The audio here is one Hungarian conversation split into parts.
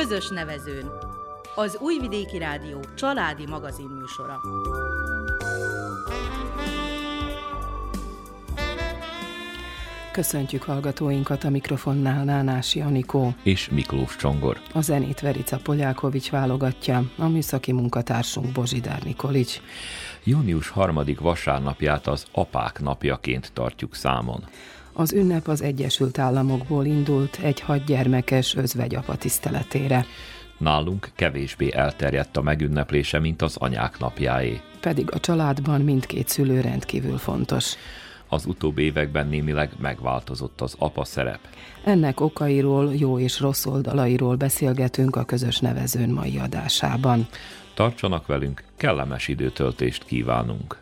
Közös nevezőn. Az Újvidéki Rádió családi magazinműsora. Köszöntjük hallgatóinkat, a mikrofonnál Nánási Anikó és Miklós Csongor. A zenét Verica Polyákovics válogatja, a műszaki munkatársunk Bozsidár Nikolics. Június 3. vasárnapját az apák napjaként tartjuk számon. Az ünnep az Egyesült Államokból indult egy 6 gyermekes özvegyapa tiszteletére. Nálunk kevésbé elterjedt a megünneplése, mint az anyák napjáé. Pedig a családban mindkét szülő rendkívül fontos. Az utóbbi években némileg megváltozott az apa szerep. Ennek okairól, jó és rossz oldalairól beszélgetünk a Közös nevezőn mai adásában. Tartsanak velünk, kellemes időtöltést kívánunk!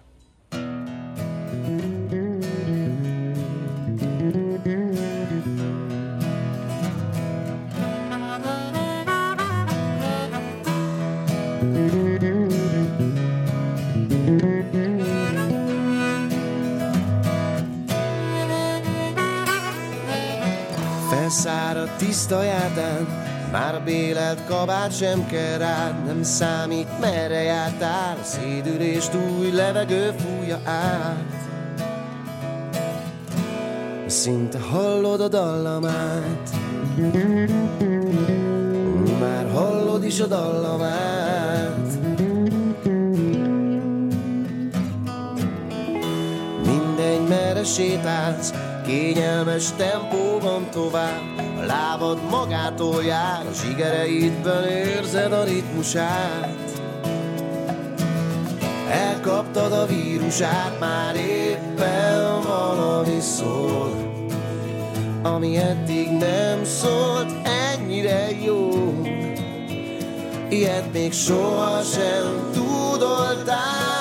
Felszáradt tiszta járdán, már a bélelt kabát sem kell rád. Nem számít, merre jártál, a szédülést új levegő fújja át. Szinte hallod a dallamát, már hallod is a dallamát. Mindegy, merre sétálsz, kényelmes tempóban tovább. A lábad magától jár, a zsigereidben érzed a ritmusát. Elkaptad a vírusát, már éppen valami szól, ami eddig nem szólt ennyire jó. Ilyet még sohasem tudoltál,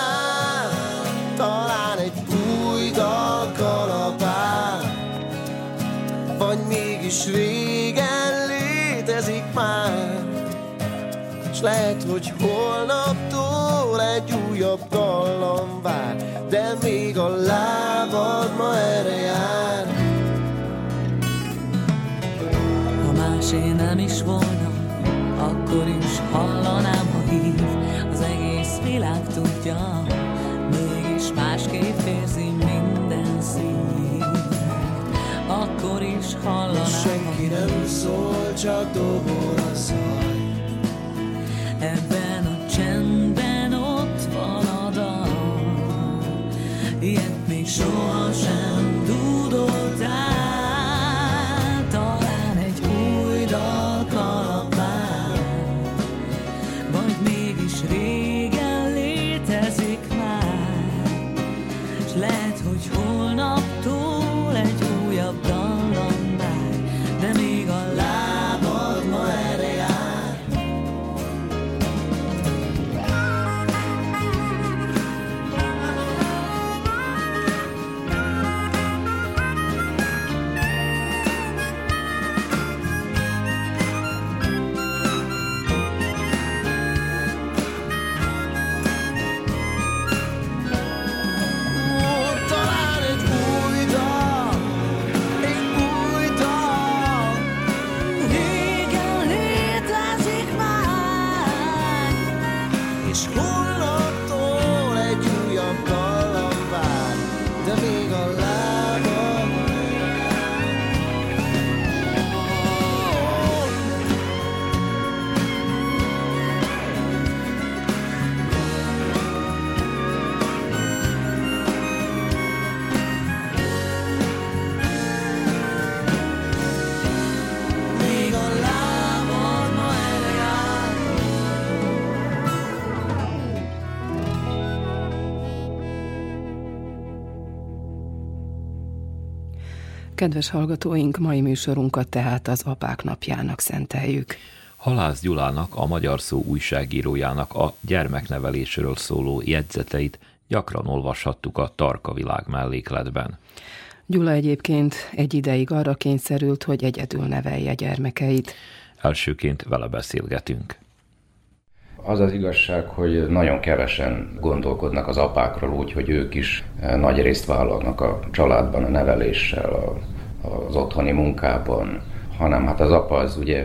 talán egy új dal kalapál, vagy mégis régen létezik már. S lehet, hogy holnaptól egy újabb dallam vár, de még a lábad ma erre jár. Ha másé nem is volna, akkor is hallanám, ha hív. Az egész világ tudja, mégis másképp érzi minden szív. Akkor is hallanám, senki nem szól, csak dobol a zaj. ebben a csendben ott van a dal. Ilyet még sohasem dúdoltál, talán egy új dal kalapál, vagy mégis régen létezik már. S lehet, hogy holnaptól egy újabb dallam vár, de még a lábad ma erre jár. Talán egy új dal, Régen létezik már, és holnaptól egy újabb dallam vár, de még a lábam. Még a lábam ma erre jár. Kedves hallgatóink, mai műsorunkat tehát az apák napjának szenteljük. Halász Gyulának, a Magyar Szó újságírójának a gyermeknevelésről szóló jegyzeteit gyakran olvashattuk a Tarka Világ mellékletben. Gyula egyébként egy ideig arra kényszerült, hogy egyedül nevelje gyermekeit. Elsőként vele beszélgetünk. Az az igazság, hogy nagyon kevesen gondolkodnak az apákról úgy, hogy ők is nagy részt vállalnak a családban, a neveléssel, az otthoni munkában, hanem hát az apa az ugye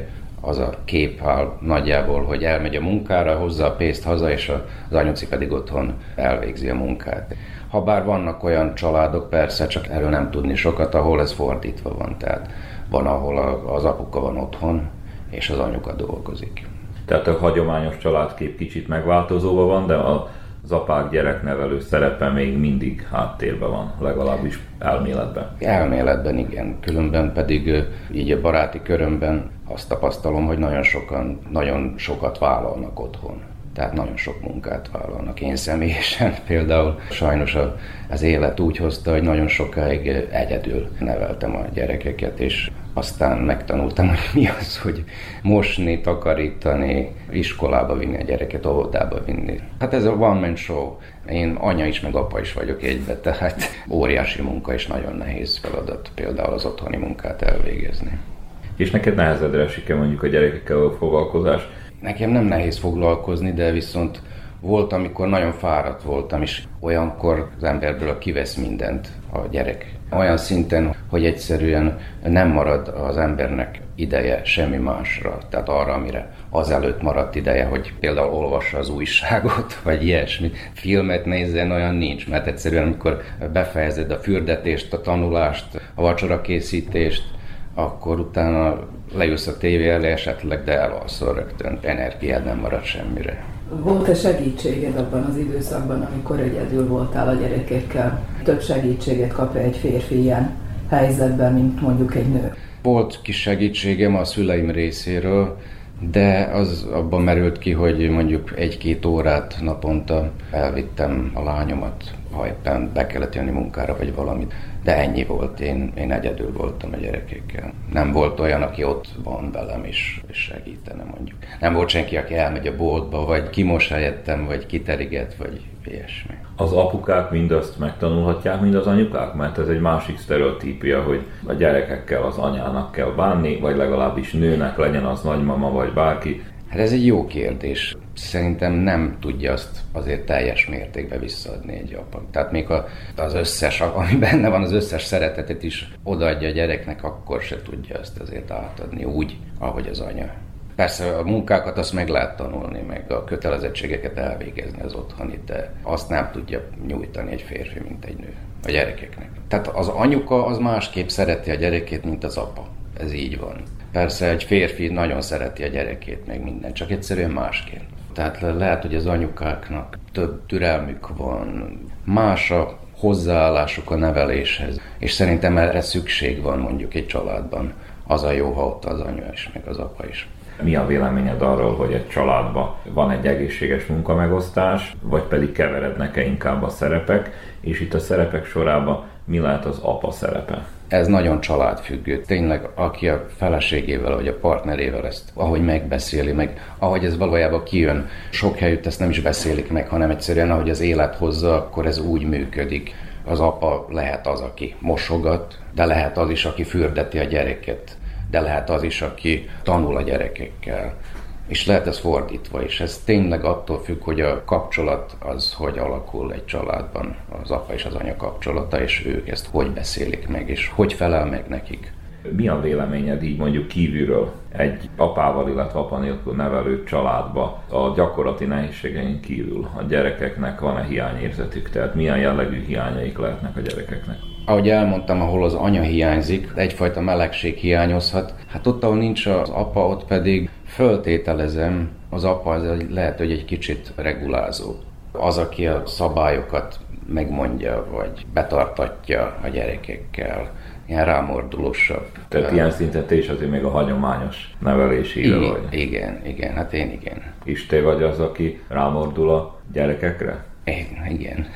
az a kép áll nagyjából, hogy elmegy a munkára, hozza a pénzt haza, és az anyuci pedig otthon elvégzi a munkát. Habár vannak olyan családok, persze, csak erről nem tudni sokat, ahol ez fordítva van. Tehát van, ahol az apuka van otthon, és az anyuka dolgozik. Tehát a hagyományos családkép kicsit megváltozóban van, de az apák gyereknevelő szerepe még mindig háttérben van, legalábbis elméletben. Elméletben igen, különben pedig így a baráti körömben azt tapasztalom, hogy nagyon sokan nagyon sokat vállalnak otthon. Tehát nagyon sok munkát vállalnak. Én személyesen például sajnos az élet úgy hozta, hogy nagyon sokáig egyedül neveltem a gyerekeket, és aztán megtanultam, hogy mi az, hogy mosni, takarítani, iskolába vinni a gyereket, óvodába vinni. Hát ez a one man show. Én anya is, meg apa is vagyok egybe, tehát óriási munka és nagyon nehéz feladat például az otthoni munkát elvégezni. És neked nehezedre esik-e mondjuk a gyerekekkel a foglalkozás? Nekem nem nehéz foglalkozni, de viszont volt, amikor nagyon fáradt voltam, és olyankor az emberből kivesz mindent a gyerek. Olyan szinten, hogy egyszerűen nem marad az embernek ideje semmi másra. Tehát arra, amire azelőtt maradt ideje, hogy például olvassa az újságot, vagy ilyesmit. Filmet nézzen, olyan nincs, mert egyszerűen amikor befejezed a fürdetést, a tanulást, a vacsorakészítést, akkor utána leülsz a tévé elé esetleg, de elalszol rögtön. Energiád nem marad semmire. Volt-e segítséged abban az időszakban, amikor egyedül voltál a gyerekekkel? Több segítséget kap egy férfi ilyen helyzetben, mint mondjuk egy nő? Volt kis segítségem a szüleim részéről, de az abban merült ki, hogy mondjuk 1-2 órát naponta elvittem a lányomat, ha éppen be kellett jönni munkára vagy valamit. De ennyi volt, én egyedül voltam a gyerekekkel. Nem volt olyan, aki ott van velem és segítene mondjuk. Nem volt senki, aki elmegy a boltba, vagy kimos helyettem, vagy kiteriget, vagy ilyesmi. Az apukák mindazt megtanulhatják, mind az anyukák? Mert ez egy másik sztereotípia, hogy a gyerekekkel az anyának kell bánni, vagy legalábbis nőnek, legyen az nagymama, vagy bárki. Hát ez egy jó kérdés. Szerintem nem tudja azt azért teljes mértékben visszaadni egy apa. Tehát még az összes, ami benne van, az összes szeretetet is odaadja a gyereknek, akkor se tudja azt azért átadni úgy, ahogy az anya. Persze a munkákat azt meg lehet tanulni, meg a kötelezettségeket elvégezni az otthoni, de azt nem tudja nyújtani egy férfi, mint egy nő a gyerekeknek. Tehát az anyuka az másképp szereti a gyerekét, mint az apa. Ez így van. Persze egy férfi nagyon szereti a gyerekét, meg minden, csak egyszerűen másként. Tehát lehet, hogy az anyukáknak több türelmük van, más a hozzáállásuk a neveléshez, és szerintem erre szükség van mondjuk egy családban. Az a jó, ha ott az anya is, meg az apa is. Mi a véleményed arról, hogy egy családban van egy egészséges munkamegosztás, vagy pedig keverednek-e inkább a szerepek, és itt a szerepek sorában mi lehet az apa szerepe? Ez nagyon családfüggő. Tényleg, aki a feleségével vagy a partnerével ezt, ahogy megbeszéli, meg ahogy ez valójában kijön, sok helyütt ezt nem is beszélik meg, hanem egyszerűen ahogy az élet hozza, akkor ez úgy működik. Az apa lehet az, aki mosogat, de lehet az is, aki fürdeti a gyereket, de lehet az is, aki tanul a gyerekekkel. És lehet ez fordítva is. Ez tényleg attól függ, hogy a kapcsolat az hogy alakul egy családban, az apa és az anya kapcsolata, és ők ezt hogy beszélik meg, és hogy felel meg nekik. Mi a véleményed így mondjuk kívülről egy apával, illetve apa nélkül nevelő családba a gyakorlati nehézségein kívül a gyerekeknek van-e hiányérzetük? Tehát milyen jellegű hiányaik lehetnek a gyerekeknek? Ahogy elmondtam, ahol az anya hiányzik, egyfajta melegség hiányozhat. Hát ott, ahol nincs az apa, ott pedig föltételezem, az apa az lehet, hogy egy kicsit regulázó. Az, aki a szabályokat megmondja, vagy betartatja a gyerekekkel, ilyen rámordulósabb. Tehát ilyen szinten te is azért még a hagyományos nevelésére vagy. Igen, hát én igen. És te vagy az, aki rámordul a gyerekekre? Igen.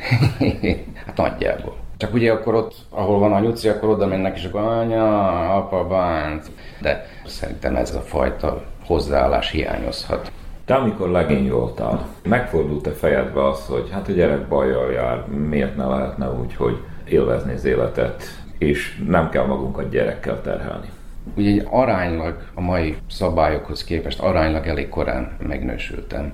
Hát nagyjából. Csak ugye akkor ott, ahol van a nyuci, akkor oda mennek, és akkor anya, apa, bánt. De szerintem ez a fajta hozzáállás hiányozhat. Te amikor legény voltál, megfordult-e fejedbe az, hogy hát a gyerek bajjal jár, miért ne lehetne úgy, hogy élvezni az életet, és nem kell magunkat gyerekkel terhelni? Ugye aránylag a mai szabályokhoz képest aránylag elég korán megnősültem,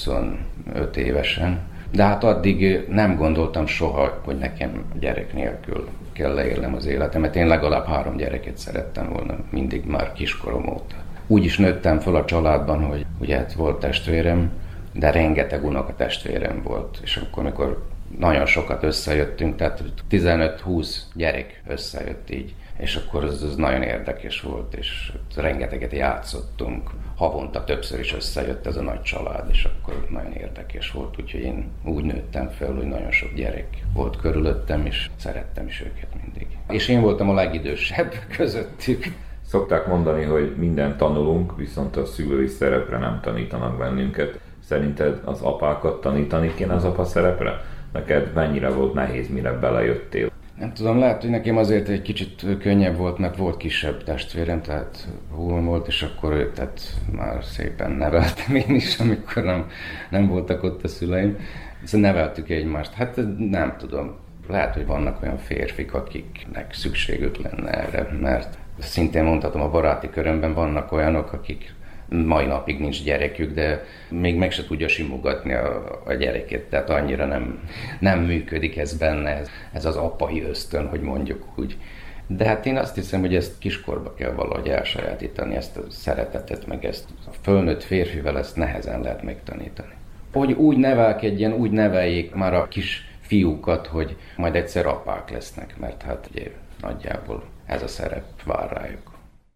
25 évesen. De hát addig nem gondoltam soha, hogy nekem gyerek nélkül kell leélnem az életemet. Én legalább 3 gyereket szerettem volna, mindig már kiskorom óta. úgy is nőttem föl a családban, hogy ugye hát volt testvérem, de rengeteg unoka testvérem volt. És akkor, amikor nagyon sokat összejöttünk, tehát 15-20 gyerek összejött így. És akkor ez nagyon érdekes volt, és rengeteget játszottunk. Havonta többször is összejött ez a nagy család, és akkor nagyon érdekes volt. Úgyhogy én úgy nőttem fel, hogy nagyon sok gyerek volt körülöttem, és szerettem is őket mindig. És én voltam a legidősebb közöttük. Szokták mondani, hogy mindent tanulunk, viszont a szülői szerepre nem tanítanak bennünket. Szerinted az apákat tanítani kéne az apa szerepre? Neked mennyire volt nehéz, mire belejöttél? Nem tudom, lehet, hogy nekem azért egy kicsit könnyebb volt, mert volt kisebb testvérem, tehát húgom volt, és akkor őket már szépen neveltem én is, amikor nem voltak ott a szüleim. Szóval neveltük egymást. Hát nem tudom, lehet, hogy vannak olyan férfik, akiknek szükségük lenne erre, mert szintén mondhatom, a baráti körömben vannak olyanok, akik mai napig nincs gyerekük, de még meg se tudja simogatni a gyereket, tehát annyira nem működik ez benne, ez az apai ösztön, hogy mondjuk úgy. De hát én azt hiszem, hogy ezt kiskorba kell valahogy elsajátítani, ezt a szeretetet, meg ezt a fölnőtt férfivel ezt nehezen lehet megtanítani. Hogy úgy nevelkedjen, úgy neveljék már a kis fiúkat, hogy majd egyszer apák lesznek, mert hát ugye nagyjából ez a szerep vár rájuk.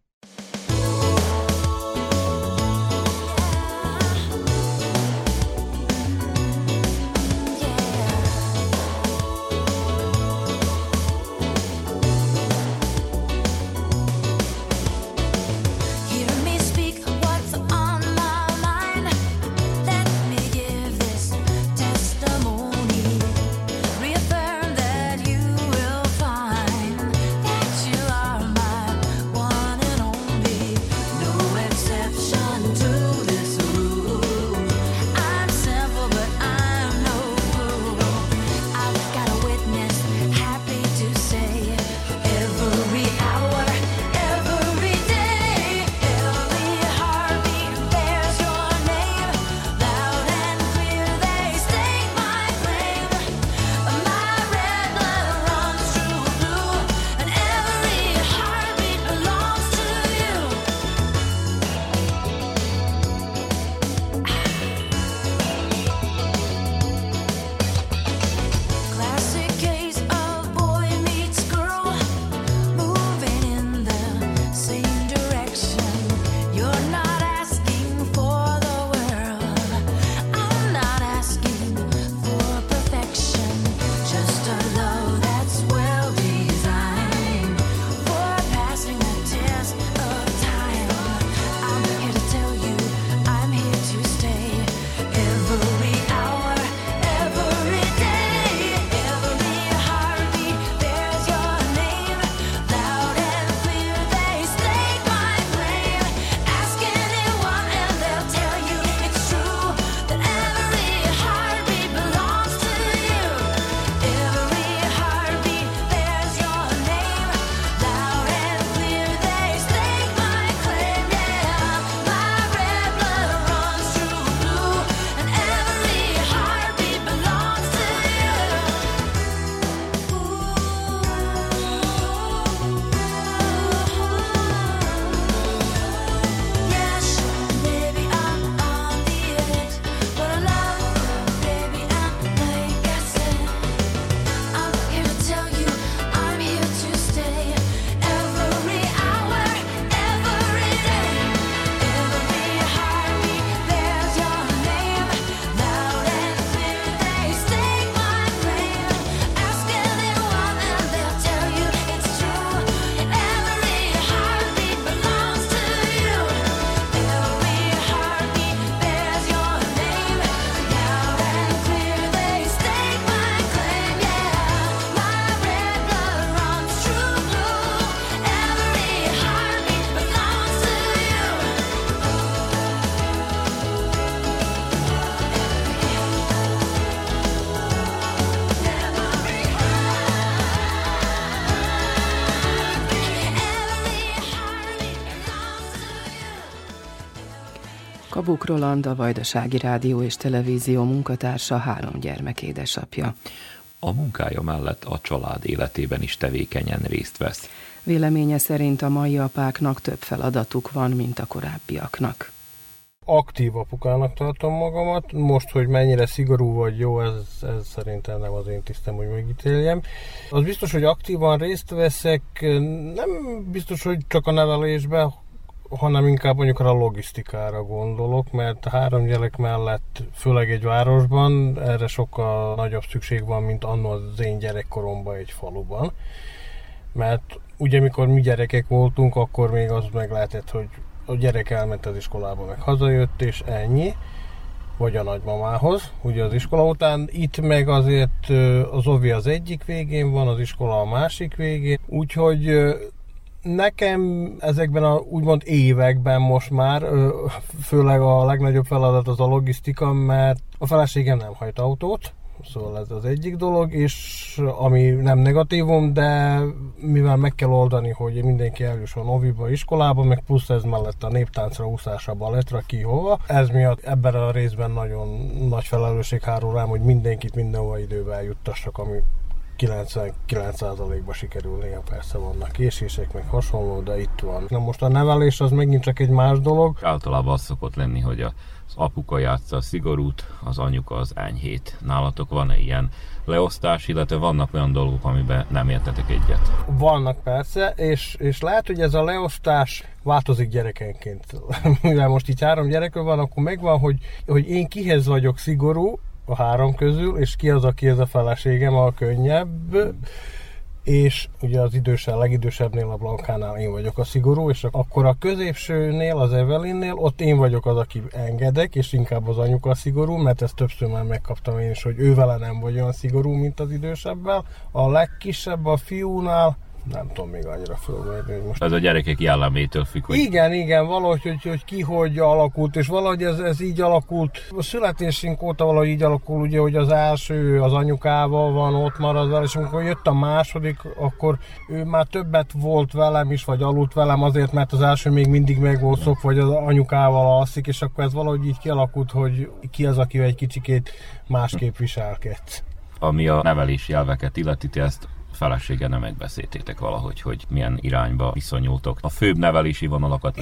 Kabuk Roland, a Vajdasági Rádió és Televízió munkatársa, 3 gyermek édesapja. A munkája mellett a család életében is tevékenyen részt vesz. Véleménye szerint a mai apáknak több feladatuk van, mint a korábbiaknak. Aktív apukának tartom magamat. Most, hogy mennyire szigorú vagy jó, ez szerintem nem az én tisztem, hogy megítéljem. Az biztos, hogy aktívan részt veszek, nem biztos, hogy csak a nevelésben, hanem inkább mondjuk a logisztikára gondolok, mert 3 gyerek mellett, főleg egy városban, erre sokkal nagyobb szükség van, mint anno az én gyerekkoromban egy faluban. Mert ugye mikor mi gyerekek voltunk, akkor még az meg lehetett, hogy a gyerek elment az iskolába, meg hazajött, és ennyi, vagy a nagymamához, ugye az iskola után. Itt meg azért az ovi az egyik végén van, az iskola a másik végén, úgyhogy nekem ezekben a úgymond években most már főleg a legnagyobb feladat az a logisztika, mert a feleségem nem hajt autót, szóval ez az egyik dolog, és ami nem negatívum, de mivel meg kell oldani, hogy mindenki eljusson oviba, iskolába, meg plusz ez mellett a néptáncra, úszásra, balettra, ki hova. Ez miatt ebben a részben nagyon nagy felelősség hárul rám, hogy mindenkit mindenhova idővel eljuttassak, ami 99%-ba sikerül, néha persze vannak késések, meg hasonló, de itt van. Na most a nevelés az megint csak egy más dolog. Általában az szokott lenni, hogy az apuka játsza a szigorút, az anyuka az enyhét. Nálatok van-e ilyen leosztás, illetve vannak olyan dolgok, amiben nem értetek egyet? Vannak persze, és lehet, hogy ez a leosztás változik gyerekenként. Mivel most így 3 gyerekről van, akkor megvan, hogy én kihez vagyok szigorú a 3 közül, és ki az, aki ez a feleségem, a könnyebb, és ugye az legidősebbnél, a Blankánál én vagyok a szigorú, és akkor a középsőnél, az Evelynnél, ott én vagyok az, aki engedek, és inkább az anyuka a szigorú, mert ezt többször már megkaptam én is, hogy ő vele nem vagy olyan szigorú, mint az idősebbel. A legkisebb a fiúnál, nem tudom még annyira fölmérni, hogy most... Ez a gyerekek jellemétől függ, hogy... Igen, valahogy, hogy ki hogy alakult, és valahogy ez így alakult. A születésünk óta valahogy így alakul, ugye, hogy az első az anyukával van ott maradva, és amikor jött a második, akkor ő már többet volt velem is, vagy aludt velem azért, mert az első még mindig meg volt szokva, vagy az anyukával alszik, és akkor ez valahogy így kialakult, hogy ki az, akivel egy kicsikét másképp viselkedsz. Ami a nevelési elveket illeti, ezt felesége nem megbeszéltétek valahogy, hogy milyen irányba viszonyultok. A főbb nevelési vonalakat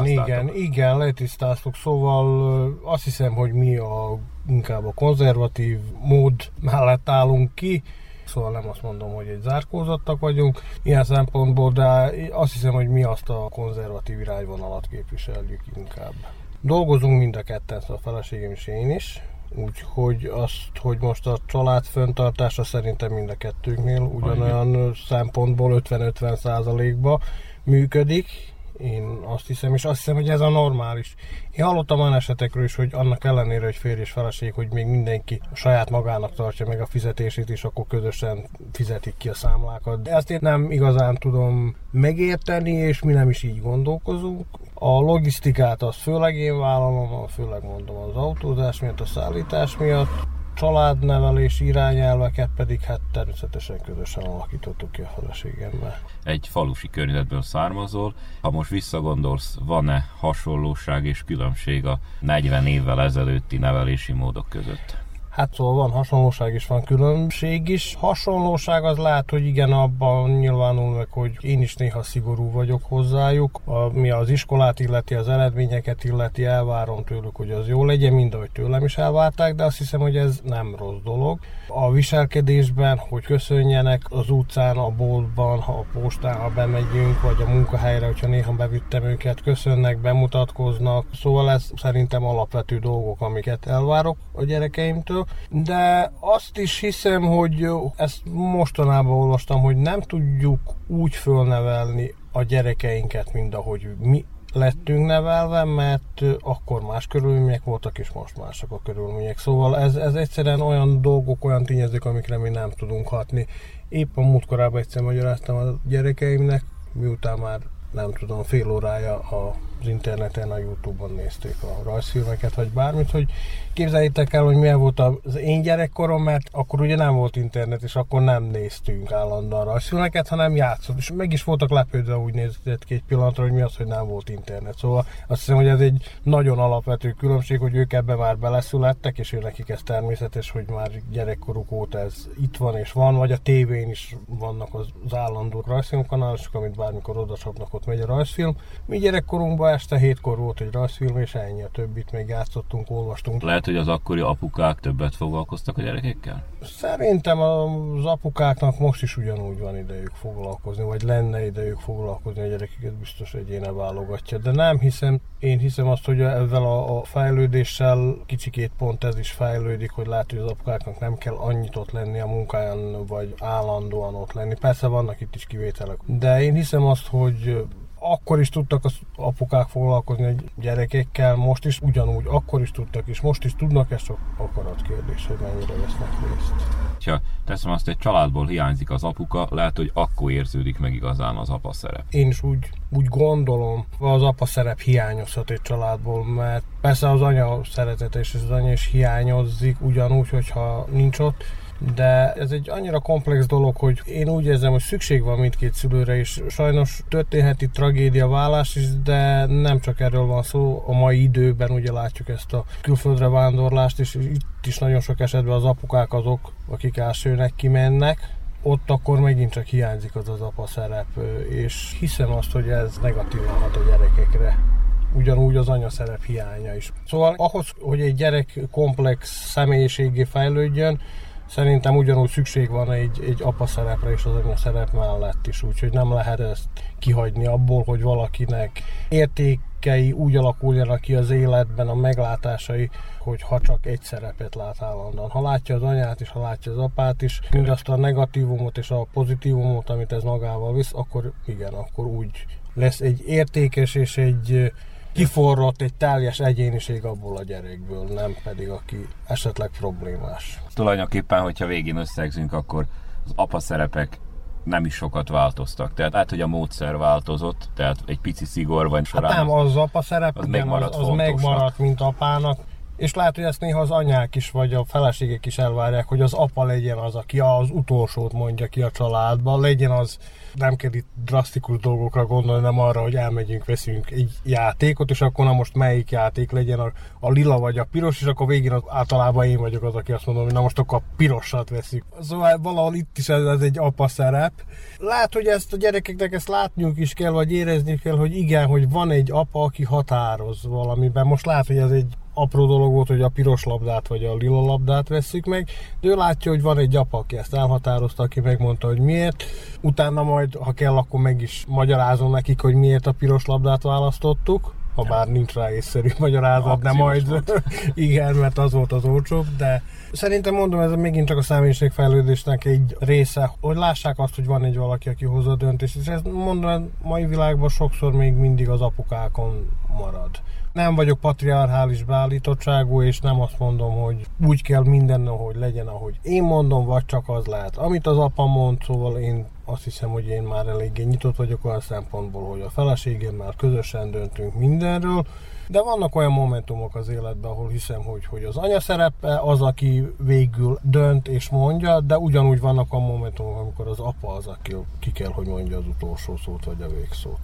Igen, letisztáztuk, szóval azt hiszem, hogy mi inkább a konzervatív mód mellett állunk ki, szóval nem azt mondom, hogy egy zárkózottak vagyunk ilyen szempontból, de azt hiszem, hogy mi azt a konzervatív irányvonalat képviseljük inkább. Dolgozunk mind a ketten, szóval a feleségem és én is, úgyhogy azt, hogy most a család fenntartása szerintem mind a kettőnknél ugyanolyan szempontból 50-50%-ba működik. Én azt hiszem, és azt hiszem, hogy ez a normális. Én hallottam olyan esetekről is, hogy annak ellenére, hogy férj és feleség, hogy még mindenki saját magának tartja meg a fizetését, és akkor közösen fizetik ki a számlákat. De ezt én nem igazán tudom megérteni, és mi nem is így gondolkozunk. A logisztikát azt főleg én vállalom, főleg mondom az autózás miatt, a szállítás miatt. Családnevelés irányelveket pedig hát természetesen közösen alakítottuk ki a feleségemmel. Egy falusi környezetből származol. Ha most visszagondolsz, van-e hasonlóság és különbség a 40 évvel ezelőtti nevelési módok között? Hát szóval van hasonlóság is, van különbség is. Hasonlóság az lehet, hogy igen, abban nyilvánul meg, hogy én is néha szigorú vagyok hozzájuk. Ami az iskolát illeti, az eredményeket illeti, elvárom tőlük, hogy az jó legyen, mind ahogy tőlem is elvárták, de azt hiszem, hogy ez nem rossz dolog. A viselkedésben, hogy köszönjenek az utcán, a boltban, ha a postán, ha bemegyünk, vagy a munkahelyre, hogyha néha bevittem őket, köszönnek, bemutatkoznak. Szóval ez szerintem alapvető dolgok, amiket elvárok a gyerekeimtől. De azt is hiszem, hogy ezt mostanában olvastam, hogy nem tudjuk úgy fölnevelni a gyerekeinket, mint ahogy mi lettünk nevelve, mert akkor más körülmények voltak, és most mások a körülmények. Szóval ez egyszerűen olyan dolgok, olyan tényezők, amikre mi nem tudunk hatni. Épp a múltkorában egyszer magyaráztam a gyerekeimnek, miután már nem tudom, fél órája a interneten, a YouTube-on nézték a rajzfilmeket, vagy bármit, hogy képzeljétek el, hogy milyen volt az én gyerekkorom, mert akkor ugye nem volt internet, és akkor nem néztünk állandóan rajzfilmeket, hanem játszott, és meg is voltak lepődve, úgy nézett ki egy pillanatra, hogy mi az, hogy nem volt internet. Szóval azt hiszem, hogy ez egy nagyon alapvető különbség, hogy ők ebbe már beleszülettek, és nekik ez természetes, hogy már gyerekkoruk óta ez itt van és van, vagy a tévén is vannak az állandó rajzfilmkanálok, amit bármikor odacsapnak, ott megy a rajzfilm. Mi gyerekkorunkban este 7-kor volt egy rajzfilm, és ennyi, a többit még játszottunk, olvastunk. Lehet, hogy az akkori apukák többet foglalkoztak a gyerekekkel? Szerintem az apukáknak most is ugyanúgy van idejük foglalkozni, vagy lenne idejük foglalkozni, a gyerekeket biztos egyéne válogatja. De nem hiszem, én hiszem azt, hogy ezzel a fejlődéssel kicsikét pont ez is fejlődik, hogy látja, hogy az apukáknak nem kell annyit ott lenni a munkáján, vagy állandóan ott lenni. Persze vannak itt is kivételek. De én hiszem azt, hogy akkor is tudtak az apukák foglalkozni a gyerekekkel, most is ugyanúgy, akkor is tudtak, és most is tudnak, ez csak akaratkérdés, hogy mennyire vesznek részt. Ha teszem azt, egy családból hiányzik az apuka, lehet, hogy akkor érződik meg igazán az apa szerep. Én is úgy gondolom, az apa szerep hiányozhat egy családból, mert persze az anya szeretete és az anya is hiányozik ugyanúgy, hogyha nincs ott, de ez egy annyira komplex dolog, hogy én úgy érzem, hogy szükség van mindkét szülőre, és sajnos történhet itt tragédia, válás is, de nem csak erről van szó. A mai időben ugye látjuk ezt a külföldre vándorlást, és itt is nagyon sok esetben az apukák azok, akik elsőnek kimennek. Ott akkor megint csak hiányzik az apa szerep, és hiszem azt, hogy ez negatívan hat a gyerekekre. Ugyanúgy az anya szerep hiánya is. Szóval ahhoz, hogy egy gyerek komplex személyiségé fejlődjön, szerintem ugyanúgy szükség van egy apa szerepre és az anya szerep mellett is, úgyhogy nem lehet ezt kihagyni abból, hogy valakinek értékei úgy alakuljanak ki az életben, a meglátásai, hogy ha csak egy szerepet lát állandóan. Ha látja az anyát is, ha látja az apát is, mindazt a negatívumot és a pozitívumot, amit ez magával visz, akkor igen, akkor úgy lesz egy értékes és egy kiforrott, egy teljes egyéniség abból a gyerekből, nem pedig aki esetleg problémás. Tulajdonképpen, hogyha végén összegzünk, akkor az apa szerepek nem is sokat változtak. Tehát lehet, hogy a módszer változott, tehát egy pici szigor van során. Hát nem, az apa szerep, az igen, az megmaradt, mint apának. És lehet, hogy ezt néha az anyák is, vagy a feleségek is elvárják, hogy az apa legyen az, aki az utolsót mondja ki a családban, legyen az, nem kell itt drasztikus dolgokra gondolni, nem arra, hogy elmegyünk, veszünk egy játékot, és akkor na most melyik játék legyen, a lila vagy a piros, és akkor végén általában én vagyok az, aki azt mondom, hogy na most akkor a pirosat veszünk. Szóval valahol itt is ez egy apa szerep. Lehet, hogy ezt a gyerekeknek ezt látniuk is kell, vagy érezni kell, hogy igen, hogy van egy apa, aki határoz valamiben. Most lehet, hogy ez egy apró dolog volt, hogy a piros labdát vagy a lila labdát vesszük meg, de ő látja, hogy van egy apa, aki ezt elhatározta, aki megmondta, hogy miért. Utána majd, ha kell, akkor meg is magyarázom nekik, hogy miért a piros labdát választottuk, ha bár nincs rá észszerű magyarázat, de majd igen, mert az volt az olcsóbb, de szerintem mondom, ez megint csak a személyiségfejlődésnek egy része, hogy lássák azt, hogy van egy valaki, aki hozza a döntést, és ezt mondom, a mai világban sokszor még mindig az apukákon marad. Nem vagyok patriarchális beállítottságú, és nem azt mondom, hogy úgy kell minden, hogy legyen, ahogy én mondom, vagy csak az lehet. Amit az apa mond, szóval én azt hiszem, hogy én már eléggé nyitott vagyok olyan szempontból, hogy a feleségemmel közösen döntünk mindenről, de vannak olyan momentumok az életben, ahol hiszem, hogy az anya szerepe az, aki végül dönt és mondja, de ugyanúgy vannak olyan momentumok, amikor az apa az, aki ki kell, hogy mondja az utolsó szót vagy a végszót.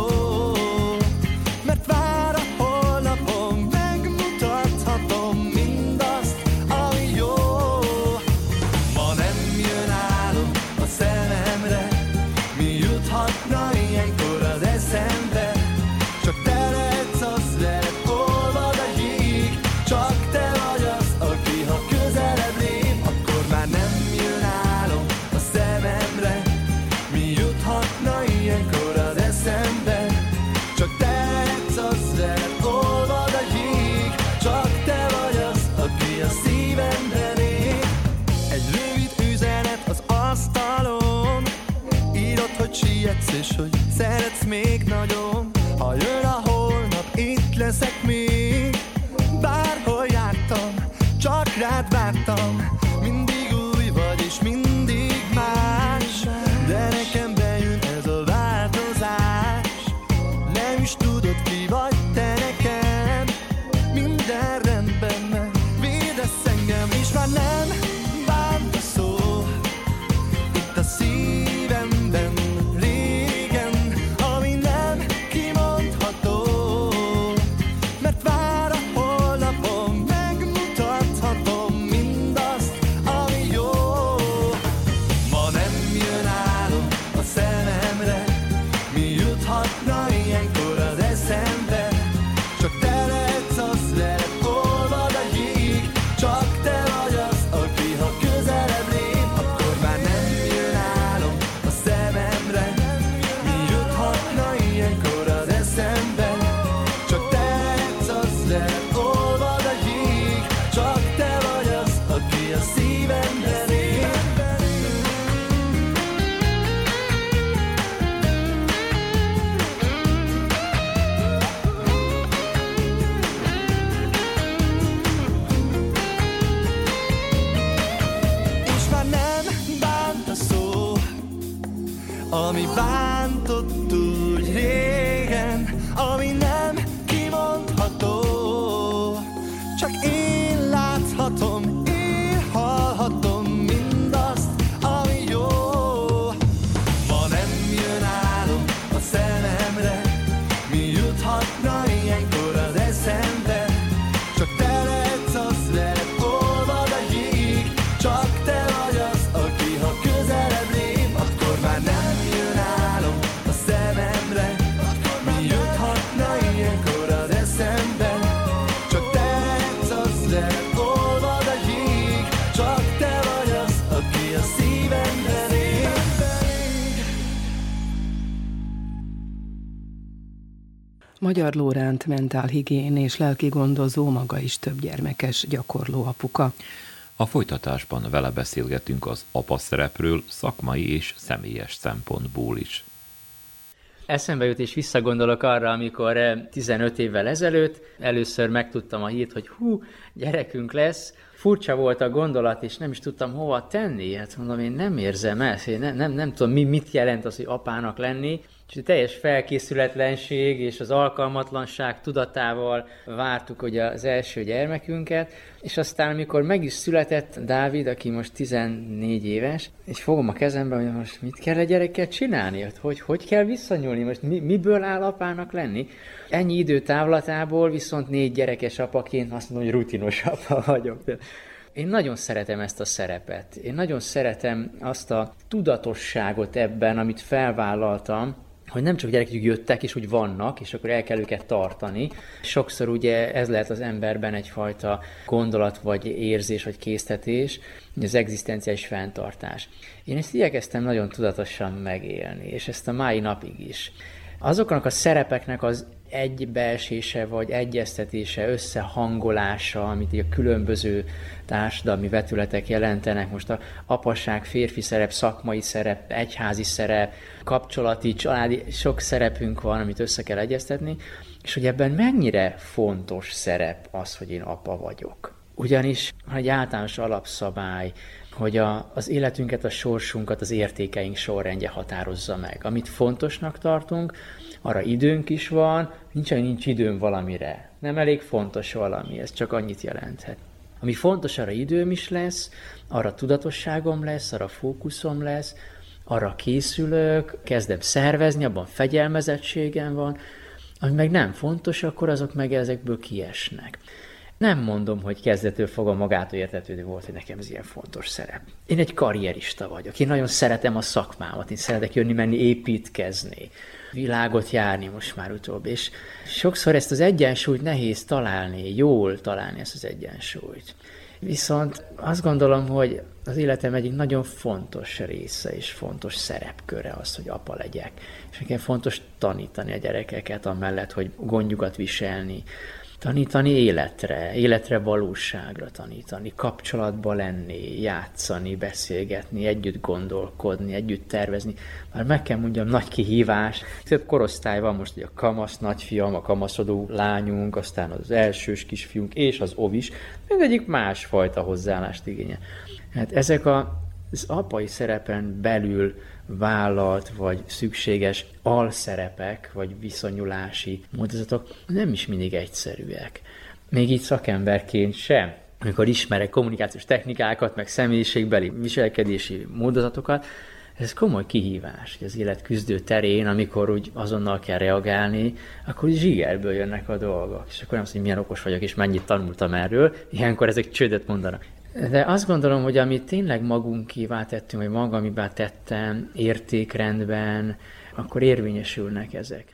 Mert vár a holnapom, megmutathatom mindent. itt leszek még. Bárhol jártam, csak rád vártam. Mindig új vagy és mindig más, de nekem bejön ez a változás. Nem is tudod, ki vagy te nekem. Minden rendben, mert védesz engem, és már nem bánt a szó itt a szívemben régen, ami nem kimondható, mert vár a holnapom, megmutathatom mindazt, ami jó. Ma nem jön álom a szememre, mi juthatna ilyenkor az eszembe. Csak te lehetsz az, veled olvad a jég, csak te vagy az, aki ha közelebb lép, akkor már nem jön álom a szememre. Mi juthatna ilyenkor az eszembe. Csak te lehetsz az, veled olvad a jég, csak te vagy az, aki a szívembe lép. És már nem bánt a szó, ami bántott úgy régen, ami nem kimondható. Csak én láthatom, én hallhatom mindazt, ami jó. Ma nem jön álom a szememre, mi juthatna ilyenkor az eszembe. Csak te lehetsz az, veled olvad a jég, csak te vagy az, aki ha közelebb lép, akkor már nem jön álom a szememre. Mi juthatna ilyenkor az eszembe. Csak te lehetsz az, veled olvad a jég, csak te vagy az, aki a szívembe lép. Magyar Lóránt mentálhigién és lelki gondozó, maga is több gyermekes gyakorló apuka. A folytatásban vele beszélgetünk az apa szerepről szakmai és személyes szempontból is. Eszembe jut és visszagondolok arra, amikor 15 évvel ezelőtt először megtudtam a hírt, hogy gyerekünk lesz. Furcsa volt a gondolat, és nem is tudtam hova tenni. Hát mondom, én nem érzem ezt, én nem tudom, mit jelent az, hogy apának lenni. És a teljes felkészületlenség és az alkalmatlanság tudatával vártuk ugye az első gyermekünket, és aztán amikor meg is született Dávid, aki most 14 éves, és fogom a kezembe, hogy most mit kell a gyerekkel csinálni, hogy kell visszanyúlni, most miből áll apának lenni. Ennyi idő távlatából viszont 4 gyerekes apaként azt mondom, hogy rutinos apa vagyok. Én nagyon szeretem ezt a szerepet. Én nagyon szeretem azt a tudatosságot ebben, amit felvállaltam, hogy nem csak gyerekek jöttek, és úgy vannak, és akkor el kell őket tartani. Sokszor ugye ez lehet az emberben egyfajta gondolat, vagy érzés, vagy késztetés, az egzisztenciális fenntartás. Én ezt igyekeztem nagyon tudatosan megélni, és ezt a mai napig is. Azoknak a szerepeknek az egybeesése, vagy egyeztetése, összehangolása, amit a különböző társadalmi vetületek jelentenek, most a apaság, férfi szerep, szakmai szerep, egyházi szerep, kapcsolati, családi, sok szerepünk van, amit össze kell egyeztetni, és hogy ebben mennyire fontos szerep az, hogy én apa vagyok. Ugyanis egy általános alapszabály, hogy az életünket, a sorsunkat az értékeink sorrendje határozza meg. Amit fontosnak tartunk, arra időnk is van, nincs időm valamire. Nem elég fontos valami, ez csak annyit jelenthet. Ami fontos, arra időm is lesz, arra tudatosságom lesz, arra fókuszom lesz, arra készülök, kezdem szervezni, abban fegyelmezettségem van, ami meg nem fontos, akkor azok meg ezekből kiesnek. Nem mondom, hogy kezdettől fogva magától értetődő volt, hogy nekem ez ilyen fontos szerep. Én egy karrierista vagyok, én nagyon szeretem a szakmámat, én szeretek jönni-menni, építkezni, világot járni most már utóbb, és sokszor ezt az egyensúlyt nehéz találni, jól találni ezt az egyensúlyt. Viszont azt gondolom, hogy az életem egyik nagyon fontos része és fontos szerepköre az, hogy apa legyek. És nekem fontos tanítani a gyerekeket amellett, hogy gondjukat viselni, Tanítani életre, valóságra tanítani, kapcsolatba lenni, játszani, beszélgetni, együtt gondolkodni, együtt tervezni. Már meg kell mondjam, nagy kihívás. Több korosztály van most, hogy a kamasz nagyfiam, a kamaszodó lányunk, aztán az elsős kisfiunk és az ovis, mindegyik másfajta hozzáállást igényel. Hát ezek az apai szerepen belül vállalt, vagy szükséges alszerepek, vagy viszonyulási módozatok nem is mindig egyszerűek. Még így szakemberként sem. Amikor ismerek kommunikációs technikákat, meg személyiségbeli viselkedési módozatokat, ez komoly kihívás, hogy az élet küzdő terén, amikor úgy azonnal kell reagálni, akkor zsigerből jönnek a dolgok. És akkor nem azt, hogy milyen okos vagyok, és mennyit tanultam erről, ilyenkor ezek csődöt mondanak. De azt gondolom, hogy amit tényleg magunkévá tettünk, vagy magamivá tettem értékrendben, akkor érvényesülnek ezek.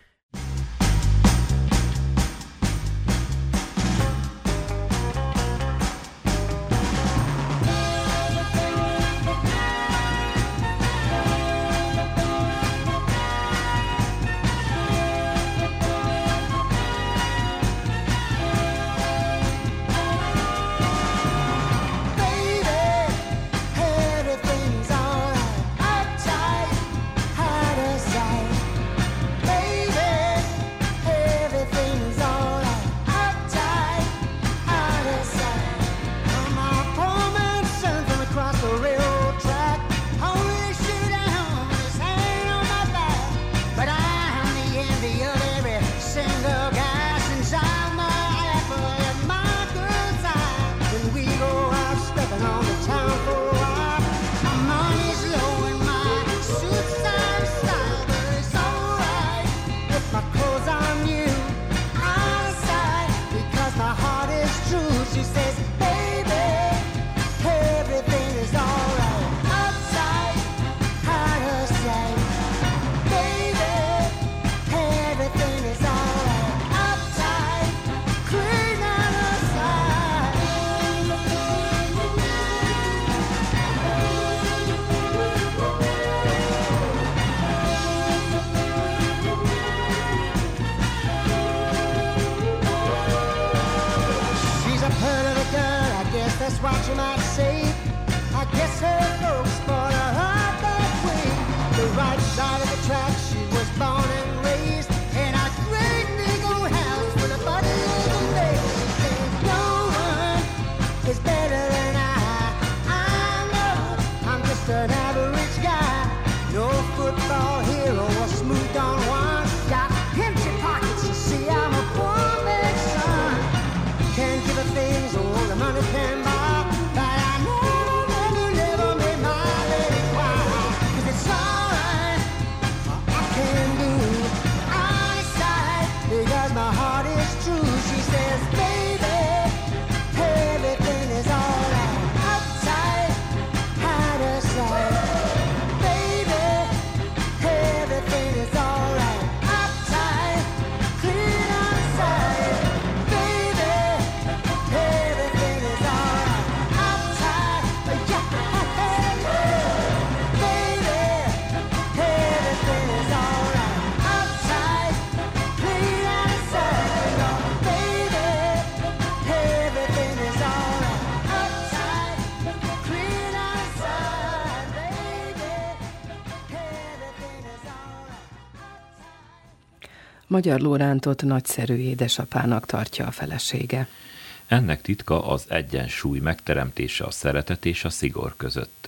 Magyar Lórántot nagyszerű édesapának tartja a felesége. Ennek titka az egyensúly megteremtése a szeretet és a szigor között.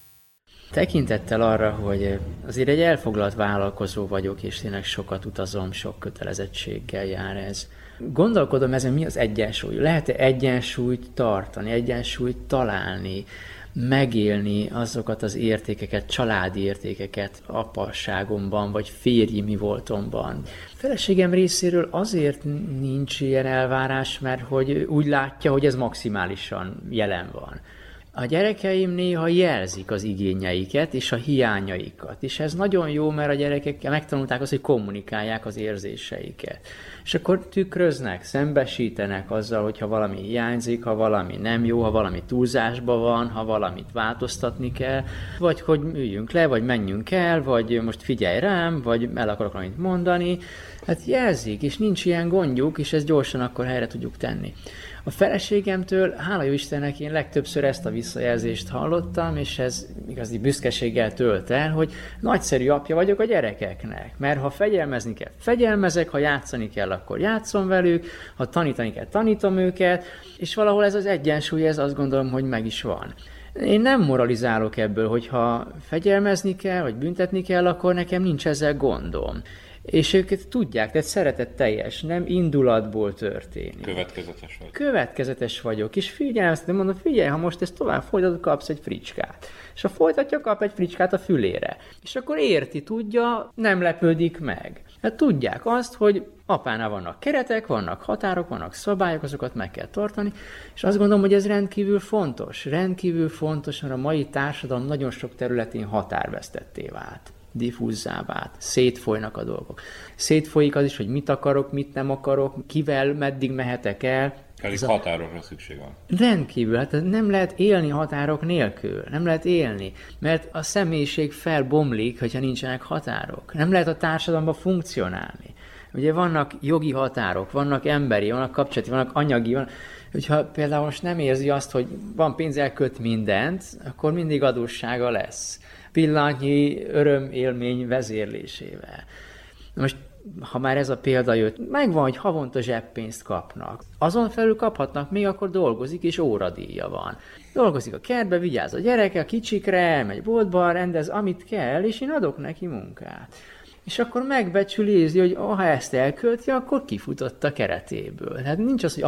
Tekintettel arra, hogy azért egy elfoglalt vállalkozó vagyok, és tényleg sokat utazom, sok kötelezettséggel jár ez. Gondolkodom ezen, mi az egyensúly? Lehet-e egyensúlyt tartani, egyensúlyt találni, megélni azokat az értékeket, családi értékeket apasságomban, vagy férji mi voltomban. A feleségem részéről azért nincs ilyen elvárás, mert hogy úgy látja, hogy ez maximálisan jelen van. A gyerekeim néha jelzik az igényeiket és a hiányaikat, és ez nagyon jó, mert a gyerekek megtanulták azt, hogy kommunikálják az érzéseiket. És akkor tükröznek, szembesítenek azzal, hogyha valami hiányzik, ha valami nem jó, ha valami túlzásban van, ha valamit változtatni kell, vagy hogy üljünk le, vagy menjünk el, vagy most figyelj rám, vagy el akarok valamit mondani. Hát jelzik, és nincs ilyen gondjuk, és ezt gyorsan akkor helyre tudjuk tenni. A feleségemtől, hála jó Istennek, én legtöbbször ezt a visszajelzést hallottam, és ez igazi büszkeséggel tölt el, hogy nagyszerű apja vagyok a gyerekeknek, mert ha fegyelmezni kell, fegyelmezek, ha játszani kell, akkor játszom velük, ha tanítani kell, tanítom őket, és valahol ez az egyensúly, ez azt gondolom, hogy meg is van. Én nem moralizálok ebből, hogy ha fegyelmezni kell, vagy büntetni kell, akkor nekem nincs ezzel gondom. És őket tudják, tehát szeretetteljes, nem indulatból történik. Következetes vagy. Következetes vagyok, és figyelmeztetem, mondom, figyelj, ha most ezt tovább folytatod, kapsz egy fricskát. És ha folytatja, kap egy fricskát a fülére. És akkor érti, tudja, nem lepődik meg. Hát tudják azt, hogy apánál vannak keretek, vannak határok, vannak szabályok, azokat meg kell tartani, és azt gondolom, hogy ez rendkívül fontos, mert a mai társadalom nagyon sok területén határvesztetté vált. Diffúzzá vált, szétfolynak a dolgok. Szétfolyik az is, hogy mit akarok, mit nem akarok, kivel, meddig mehetek el. Pedig határokra szükség van. Rendkívül, hát nem lehet élni határok nélkül, nem lehet élni, mert a személyiség felbomlik, hogyha nincsenek határok. Nem lehet a társadalomban funkcionálni. Ugye vannak jogi határok, vannak emberi, vannak kapcsolati, vannak anyagi, hogyha például most nem érzi azt, hogy van pénz, elköt mindent, akkor mindig adóssága lesz. Pillanatnyi örömélmény vezérlésével. Most, ha már ez a példa jött, megvan, hogy havonta zseppénzt kapnak. Azon felül kaphatnak még, akkor dolgozik, és óradíja van. Dolgozik a kertbe, vigyáz a gyereke, a kicsikre, elmegy boltba, rendez, amit kell, és én adok neki munkát. És akkor megbecsüli, érzi, hogy ha ezt elkölti, akkor kifutott a keretéből. Tehát nincs az, hogy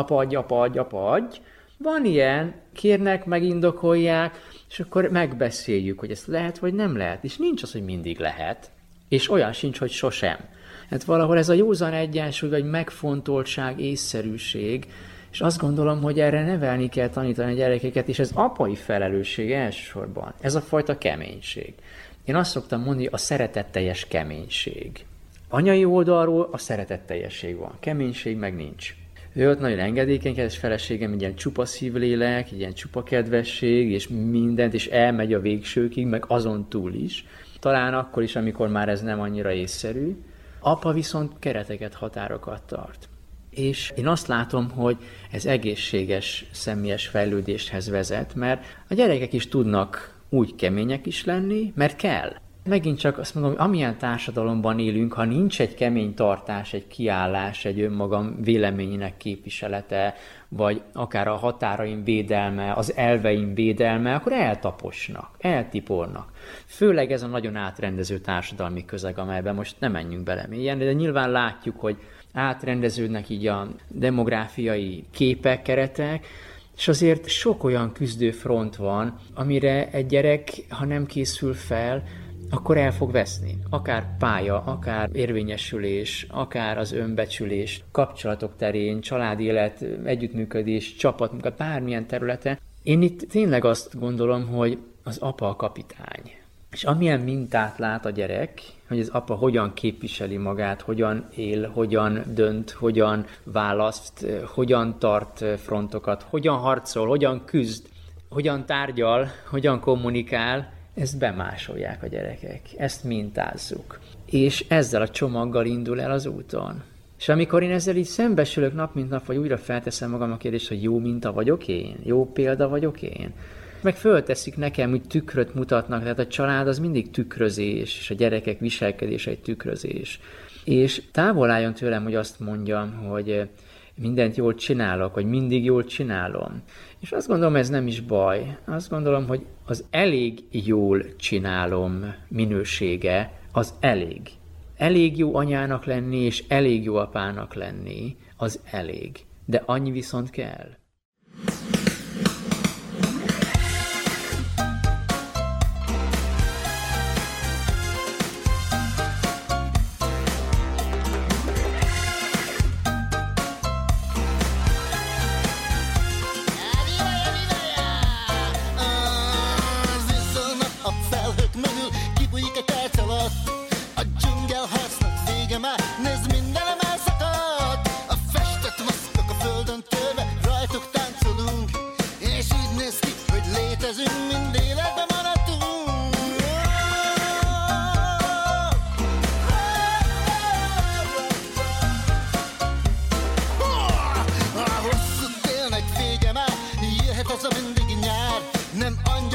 apa adj. Van ilyen, kérnek, megindokolják, és akkor megbeszéljük, hogy ezt lehet, vagy nem lehet. És nincs az, hogy mindig lehet, és olyan sincs, hogy sosem. Hát valahol ez a józan egyensúly, vagy megfontoltság, észszerűség, és azt gondolom, hogy erre nevelni kell tanítani a gyerekeket, és ez apai felelősség elsősorban. Ez a fajta keménység. Én azt szoktam mondani, a szeretetteljes keménység. Anyai oldalról a szeretetteljesség van, keménység meg nincs. Ő ott nagyon engedékenykedés, feleségem egy ilyen csupa szívlélek, egy ilyen csupa kedvesség, és mindent, és elmegy a végsőkig, meg azon túl is. Talán akkor is, amikor már ez nem annyira észszerű. Apa viszont kereteket, határokat tart. És én azt látom, hogy ez egészséges személyes fejlődéshez vezet, mert a gyerekek is tudnak úgy kemények is lenni, mert kell. Megint csak azt mondom, hogy amilyen társadalomban élünk, ha nincs egy kemény tartás, egy kiállás, egy önmagam véleményének képviselete, vagy akár a határaim védelme, az elveim védelme, akkor eltaposnak, eltipornak. Főleg ez a nagyon átrendező társadalmi közeg, amelyben most nem menjünk bele mélyen, de nyilván látjuk, hogy átrendeződnek így a demográfiai képek, keretek, és azért sok olyan küzdőfront van, amire egy gyerek, ha nem készül fel, akkor el fog veszni. Akár pálya, akár érvényesülés, akár az önbecsülés, kapcsolatok terén, családélet, együttműködés, csapatmunka, bármilyen területen. Én itt tényleg azt gondolom, hogy az apa a kapitány. És amilyen mintát lát a gyerek, hogy az apa hogyan képviseli magát, hogyan él, hogyan dönt, hogyan választ, hogyan tart frontokat, hogyan harcol, hogyan küzd, hogyan tárgyal, hogyan kommunikál, ezt bemásolják a gyerekek, ezt mintázzuk. És ezzel a csomaggal indul el az úton. És amikor én ezzel így szembesülök nap mint nap, vagy újra felteszem magam a kérdést, hogy jó minta vagyok én, jó példa vagyok én, meg fölteszik nekem, hogy tükröt mutatnak, tehát a család az mindig tükrözés, és a gyerekek viselkedése egy tükrözés. És távol álljon tőlem, hogy azt mondjam, hogy mindent jól csinálok, vagy mindig jól csinálom. És azt gondolom, ez nem is baj. Azt gondolom, hogy az elég jól csinálom minősége, az elég. Elég jó anyának lenni, és elég jó apának lenni, az elég. De annyi viszont kell.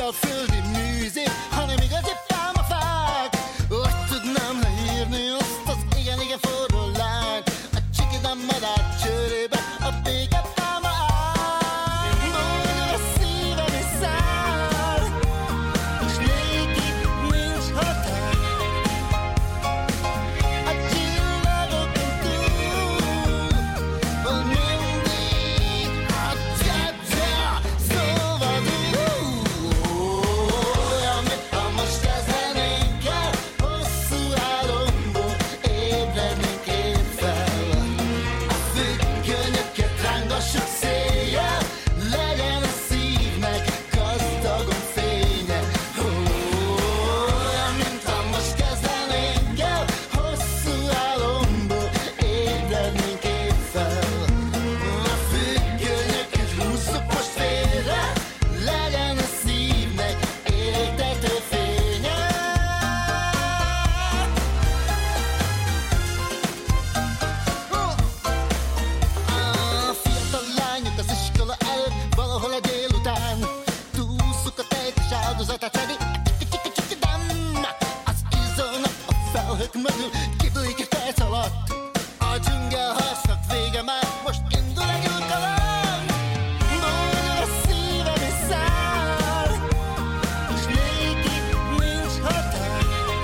alföldi műzék, hanem igazi pálmafák. Hogy tudnám leírni azt az igen forró lányt, a csikidám madár csőrébe, a béke pálma áll. Boldog a szívem és száll, és néki nincs határ. A csillagokon túl, hol mindig a csa-csa szabadul. Olyan, mintha most kezdenénk el, hosszú álomból ébrednénk épp fel. A függönyöket rángassuk széjjel, legyen a szívnek gazdagon fénye. Olyan, mintha most kezdenénk el, hosszú álomból ébrednénk épp fel. A függönyöket húzzuk most félre, legyen a szívnek éltető fénye. A fiatal lányok az iskola előtt, valahol a délután túlszuk a tejtés áldozatát szedi. Csiki-csiki-csiki-damnak az izzónak a felhők mögül kibújik egy perc alatt. A dzsungel harcnak vége már, most indul egy új kaland. Boldog a szívem és száll, és néki nincs határ.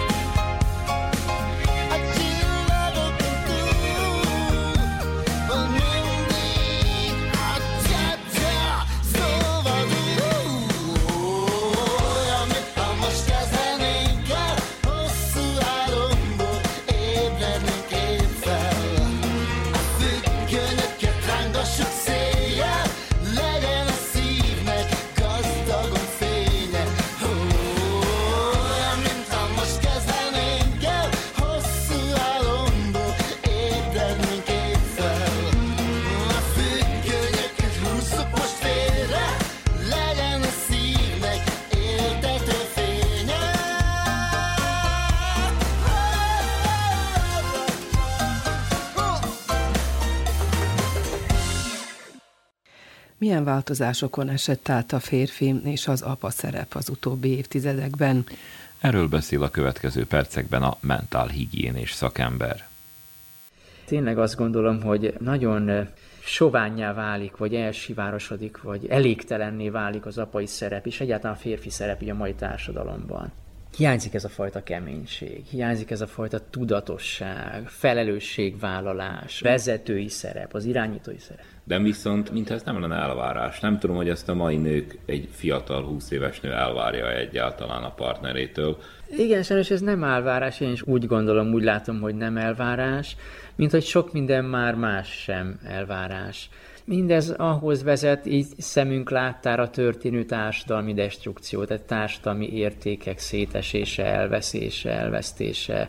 A csillagokon túl, hol mindig a csa-csa szabadul. Olyan, mintha most kezdenénk el, hosszú álomból ébrednénk épp fel. A függönyöket rángassuk széjjel, legyen a szívnek gazdagon fénye. Olyan, mintha most kezdenénk el, hosszú álomból ébrednénk épp fel. A függönyöket húzzuk most félre, legyen a szívnek éltető fénye. Milyen változásokon esett át a férfi és az apa szerep az utóbbi évtizedekben? Erről beszél a következő percekben a mentálhigiénés szakember. Tényleg azt gondolom, hogy nagyon sovánnyá válik, vagy elsivárosodik, vagy elégtelenné válik az apai szerep, és egyáltalán a férfi szerep így a mai társadalomban. Hiányzik ez a fajta keménység, hiányzik ez a fajta tudatosság, felelősségvállalás, vezetői szerep, az irányítói szerep. De viszont, mintha ez nem lenne elvárás. Nem tudom, hogy ezt a mai nők, egy fiatal 20 éves nő elvárja egyáltalán a partnerétől. Igen, sajnos ez nem elvárás, én is úgy gondolom, úgy látom, hogy nem elvárás, mint hogy sok minden már más sem elvárás. Mindez ahhoz vezet, így szemünk láttára történő társadalmi destrukció, tehát társadalmi értékek szétesése, elveszése, elvesztése,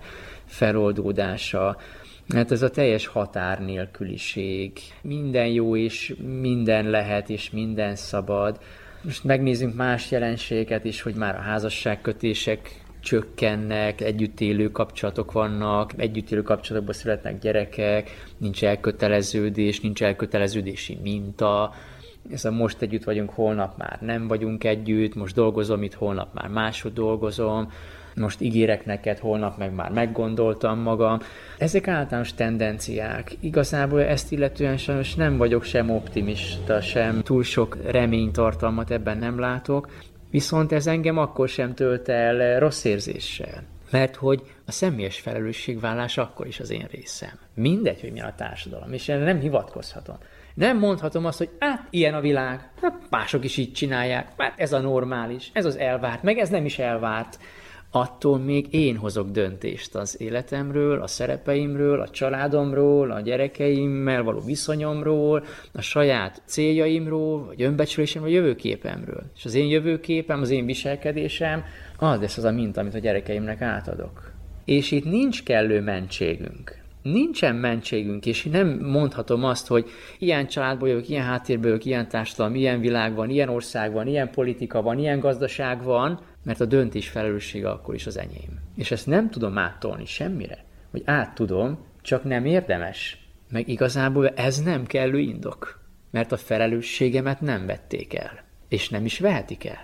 feloldódása. Hát ez a teljes határnélküliség. Minden jó és minden lehet és minden szabad. Most megnézzünk más jelenségeket is, hogy már a házasságkötések csökkennek, együttélő kapcsolatok vannak, együttélő kapcsolatokban születnek gyerekek, nincs elköteleződés, nincs elköteleződési minta. Ez a most együtt vagyunk, holnap már nem vagyunk együtt, most dolgozom itt, holnap már máshogy dolgozom, most ígérek neked, holnap meg már meggondoltam magam. Ezek általános tendenciák. Igazából ezt illetően sajnos nem vagyok sem optimista, sem túl sok reménytartalmat ebben nem látok, viszont ez engem akkor sem tölt el rossz érzéssel. Mert hogy a személyes felelősségvállás akkor is az én részem. Mindegy, hogy milyen a társadalom, és erre nem hivatkozhatom. Nem mondhatom azt, hogy ilyen a világ, mások is így csinálják, ez a normális, ez az elvárt, meg ez nem is elvárt. Attól még én hozok döntést az életemről, a szerepeimről, a családomról, a gyerekeimmel való viszonyomról, a saját céljaimról, vagy önbecsülésemről, vagy jövőképemről. És az én jövőképem, az én viselkedésem, az lesz az a minta, amit a gyerekeimnek átadok. És itt nincs kellő mentségünk. Nincsen mentségünk, és nem mondhatom azt, hogy ilyen családból jövök, ilyen háttérből jövök, ilyen társadalom, ilyen világ van, ilyen ország van, ilyen politika van, ilyen gazdaság van, mert a döntés felelőssége akkor is az enyém. És ezt nem tudom áttolni semmire, hogy tudom, csak nem érdemes. Meg igazából ez nem kellő indok, mert a felelősségemet nem vették el, és nem is vehetik el.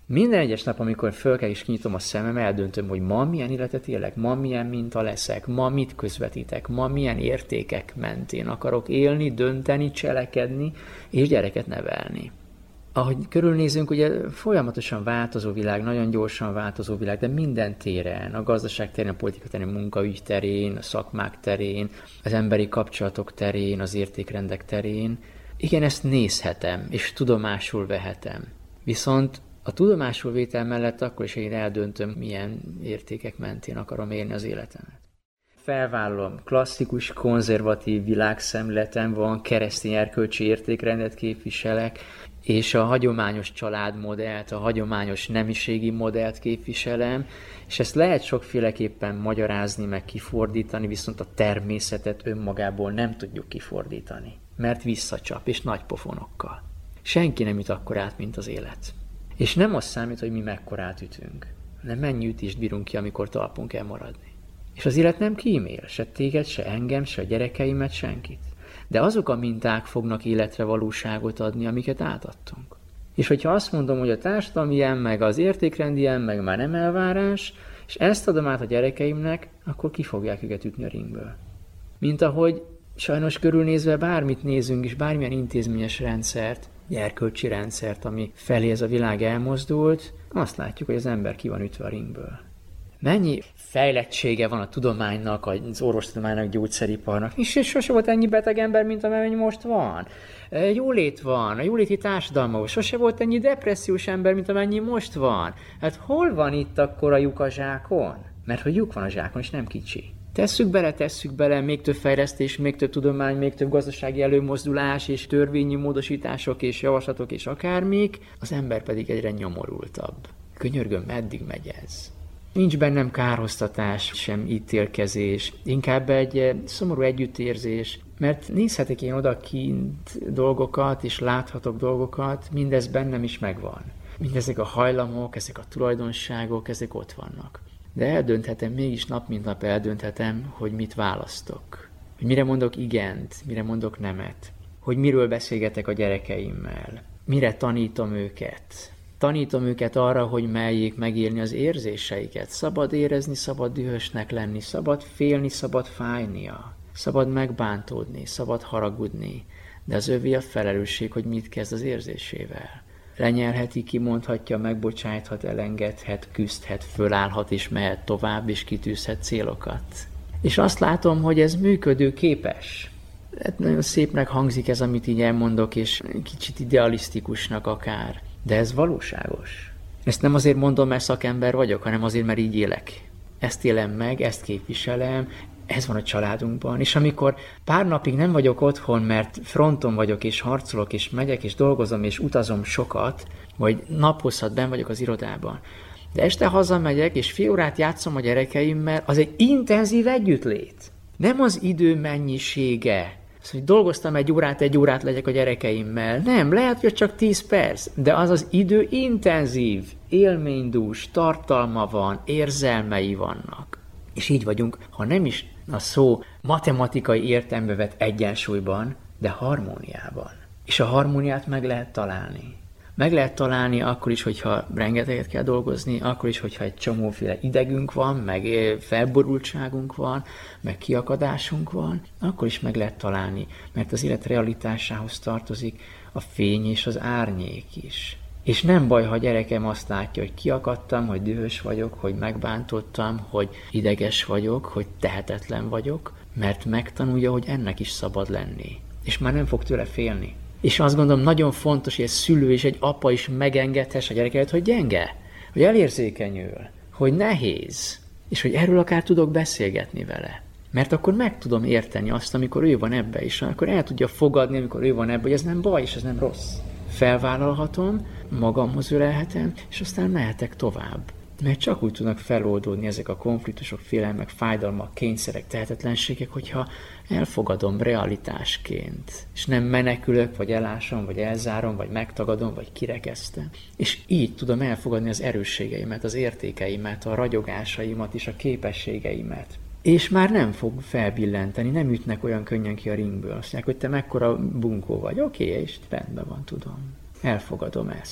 Minden egyes nap, amikor föl kell és kinyitom a szemem, eldöntöm, hogy ma milyen életet élek, ma milyen minta leszek, ma mit közvetítek, ma milyen értékek mentén akarok élni, dönteni, cselekedni és gyereket nevelni. Ahogy körülnézünk, ugye folyamatosan változó világ, nagyon gyorsan változó világ, de minden téren, a gazdaság terén, a politika terén, a munkaügy terén, a szakmák terén, az emberi kapcsolatok terén, az értékrendek terén. Igen, ezt nézhetem, és tudomásul vehetem. Viszont a tudomásul vétel mellett akkor is én eldöntöm, milyen értékek mentén akarom élni az életemet. Felvállalom, klasszikus, konzervatív világszemletem van, keresztény erkölcsi értékrendet képviselek, és a hagyományos családmodellt, a hagyományos nemiségi modellt képviselem, és ezt lehet sokféleképpen magyarázni, meg kifordítani, viszont a természetet önmagából nem tudjuk kifordítani, mert visszacsap, és nagy pofonokkal. Senki nem üt akkorát, mint az élet. És nem az számít, hogy mi mekkorát ütünk, hanem mennyi ütést bírunk ki, amikor talpon kell maradni. És az élet nem kímél, se téged, se engem, se a gyerekeimet, senkit. De azok a minták fognak életre valóságot adni, amiket átadtunk. És hogyha azt mondom, hogy a társadalmi ilyen, meg az értékrendi ilyen, meg már nem elvárás, és ezt adom át a gyerekeimnek, akkor ki fogják őket ütni a ringből. Mint ahogy sajnos körülnézve bármit nézünk, és bármilyen intézményes rendszert, erkölcsi rendszert, ami felé ez a világ elmozdult, azt látjuk, hogy az ember ki van ütve a ringből. Mennyi fejlettsége van a tudománynak, az orvostudománynak, gyógyszeriparnak, és sose volt ennyi beteg ember, mint amennyi most van. Jólét van, a jóléti társadalma, sose volt ennyi depressziós ember, mint amennyi most van. Hát hol van itt akkor a lyuk a zsákon? Mert hogy lyuk van a zsákon, és nem kicsi. Tesszük bele, még több fejlesztés, még több tudomány, még több gazdasági előmozdulás, és törvényi módosítások, és javaslatok, és akármik, az ember pedig egyre nyomorultabb. Könyörgöm, meddig megy ez? Nincs bennem kárhoztatás, sem ítélkezés, inkább egy szomorú együttérzés, mert nézhetek én odakint dolgokat, és láthatok dolgokat, mindez bennem is megvan. Mindezek a hajlamok, ezek a tulajdonságok, ezek ott vannak. De eldönthetem, mégis nap mint nap eldönthetem, hogy mit választok. Hogy mire mondok igent, mire mondok nemet. Hogy miről beszélgetek a gyerekeimmel. Mire tanítom őket. Tanítom őket arra, hogy merjék megélni az érzéseiket. Szabad érezni, szabad dühösnek lenni, szabad félni, szabad fájnia. Szabad megbántódni, szabad haragudni. De az övé a felelősség, hogy mit kezd az érzésével. Lenyelheti, kimondhatja, megbocsájthat, elengedhet, küzdhet, fölállhat és mehet tovább, és kitűzhet célokat. És azt látom, hogy ez működőképes. Hát nagyon szépnek hangzik ez, amit így elmondok, és kicsit idealisztikusnak akár. De ez valóságos. Ezt nem azért mondom, mert szakember vagyok, hanem azért, mert így élek. Ezt élem meg, ezt képviselem, ez van a családunkban. És amikor pár napig nem vagyok otthon, mert fronton vagyok, és harcolok, és megyek, és dolgozom, és utazom sokat, vagy naphosszat benn vagyok az irodában, de este hazamegyek, és fél órát játszom a gyerekeimmel, az egy intenzív együttlét. Nem az idő mennyisége. Az, hogy dolgoztam egy órát legyek a gyerekeimmel. Nem, lehet, hogy csak 10 perc, de az az idő intenzív, élménydús, tartalma van, érzelmei vannak. És így vagyunk, ha nem is a szó matematikai értelembe vett egyensúlyban, de harmóniában. És a harmóniát meg lehet találni. Meg lehet találni akkor is, hogyha rengeteget kell dolgozni, akkor is, hogyha egy csomóféle idegünk van, meg felborultságunk van, meg kiakadásunk van, akkor is meg lehet találni, mert az élet realitásához tartozik a fény és az árnyék is. És nem baj, ha a gyerekem azt látja, hogy kiakadtam, hogy dühös vagyok, hogy megbántottam, hogy ideges vagyok, hogy tehetetlen vagyok, mert megtanulja, hogy ennek is szabad lenni. És már nem fog tőle félni. És azt gondolom, nagyon fontos, hogy egy szülő és egy apa is megengedhesse a gyereket, hogy gyenge, hogy elérzékenyül, hogy nehéz, és hogy erről akár tudok beszélgetni vele. Mert akkor meg tudom érteni azt, amikor ő van ebbe, és akkor el tudja fogadni, amikor ő van ebbe, hogy ez nem baj, és ez nem rossz. Felvállalhatom, magamhoz ölelhetem, és aztán mehetek tovább. Mert csak úgy tudnak feloldódni ezek a konfliktusok, félelmek, fájdalmak, kényszerek, tehetetlenségek, hogyha elfogadom realitásként, és nem menekülök, vagy elásom, vagy elzárom, vagy megtagadom, vagy kirekesztem. És így tudom elfogadni az erősségeimet, az értékeimet, a ragyogásaimat és a képességeimet. És már nem fog felbillenteni, nem ütnek olyan könnyen ki a ringből. Azt mondják, hogy te mekkora bunkó vagy. Oké, és rendben van, tudom. Elfogadom ezt.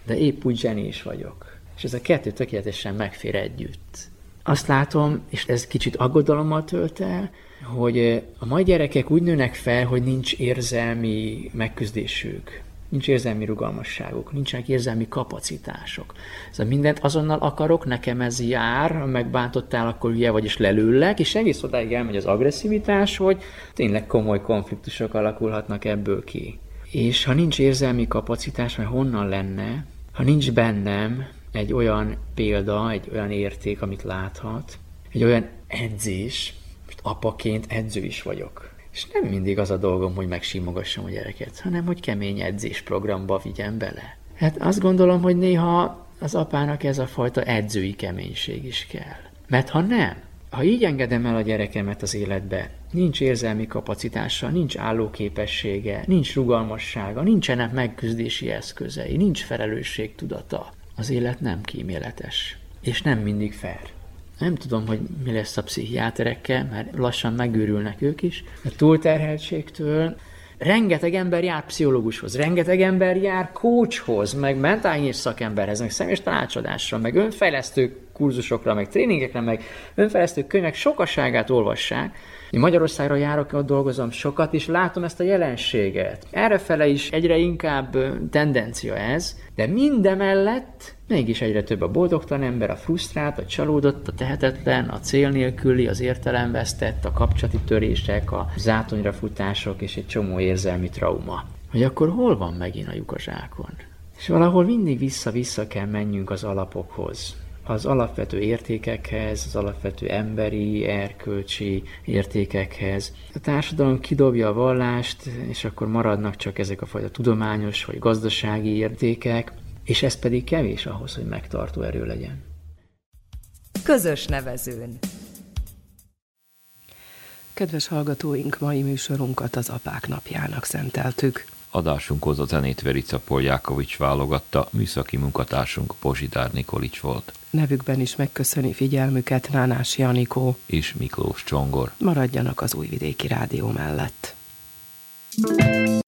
de épp úgy zsenés vagyok. És ez a kettő tökéletesen megfér együtt. Azt látom, és ez kicsit aggodalommal tölt el, hogy a mai gyerekek úgy nőnek fel, hogy nincs érzelmi megküzdésük, nincs érzelmi rugalmasságuk, nincsenek érzelmi kapacitások. Szóval mindent azonnal akarok, nekem ez jár, ha megbántottál, akkor hülye vagy, és lelőllek, és egész odáig elmegy az agresszivitás, hogy tényleg komoly konfliktusok alakulhatnak ebből ki. És ha nincs érzelmi kapacitás, mert honnan lenne, ha nincs bennem egy olyan példa, egy olyan érték, amit láthat, egy olyan edzés, most apaként edző is vagyok. És nem mindig az a dolgom, hogy megsimogassam a gyereket, hanem hogy kemény edzésprogramba vigyem bele. Hát azt gondolom, hogy néha az apának ez a fajta edzői keménység is kell. Mert ha nem, ha így engedem el a gyerekemet az életbe, nincs érzelmi kapacitása, nincs állóképessége, nincs rugalmassága, nincsenek megküzdési eszközei, nincs felelősségtudata, az élet nem kíméletes, és nem mindig fair. Nem tudom, hogy mi lesz a pszichiáterekkel, mert lassan megőrülnek ők is. A túlterheltségtől rengeteg ember jár pszichológushoz, rengeteg ember jár coachhoz, meg mentális szakemberhez, meg személyes tanácsadásra, meg önfejlesztő kurzusokra, meg tréningekre, meg önfejlesztő könyvek sokaságát olvassák. Én Magyarországra járok, ott dolgozom sokat, és látom ezt a jelenséget. Errefele is egyre inkább tendencia ez, de mindemellett mégis egyre több a boldogtalan ember, a frusztrált, a csalódott, a tehetetlen, a cél nélküli, az értelemvesztett, a kapcsolati törések, a zátonyra futások és egy csomó érzelmi trauma. Hogy akkor hol van megint a lyuk a zsákon? És valahol mindig vissza-vissza kell menjünk az alapokhoz. Az alapvető értékekhez, az alapvető emberi, erkölcsi értékekhez. A társadalom kidobja a vallást, és akkor maradnak csak ezek a fajta tudományos vagy gazdasági értékek, és ez pedig kevés ahhoz, hogy megtartó erő legyen. Közös nevezőn. Kedves hallgatóink, mai műsorunkat az Apák Napjának szenteltük. Adásunkhoz a zenét Verica Poljákovics válogatta, műszaki munkatársunk Pozsidár Nikolics volt. Nevükben is megköszöni figyelmüket Nánás Janikó és Miklós Csongor. Maradjanak az Újvidéki Rádió mellett.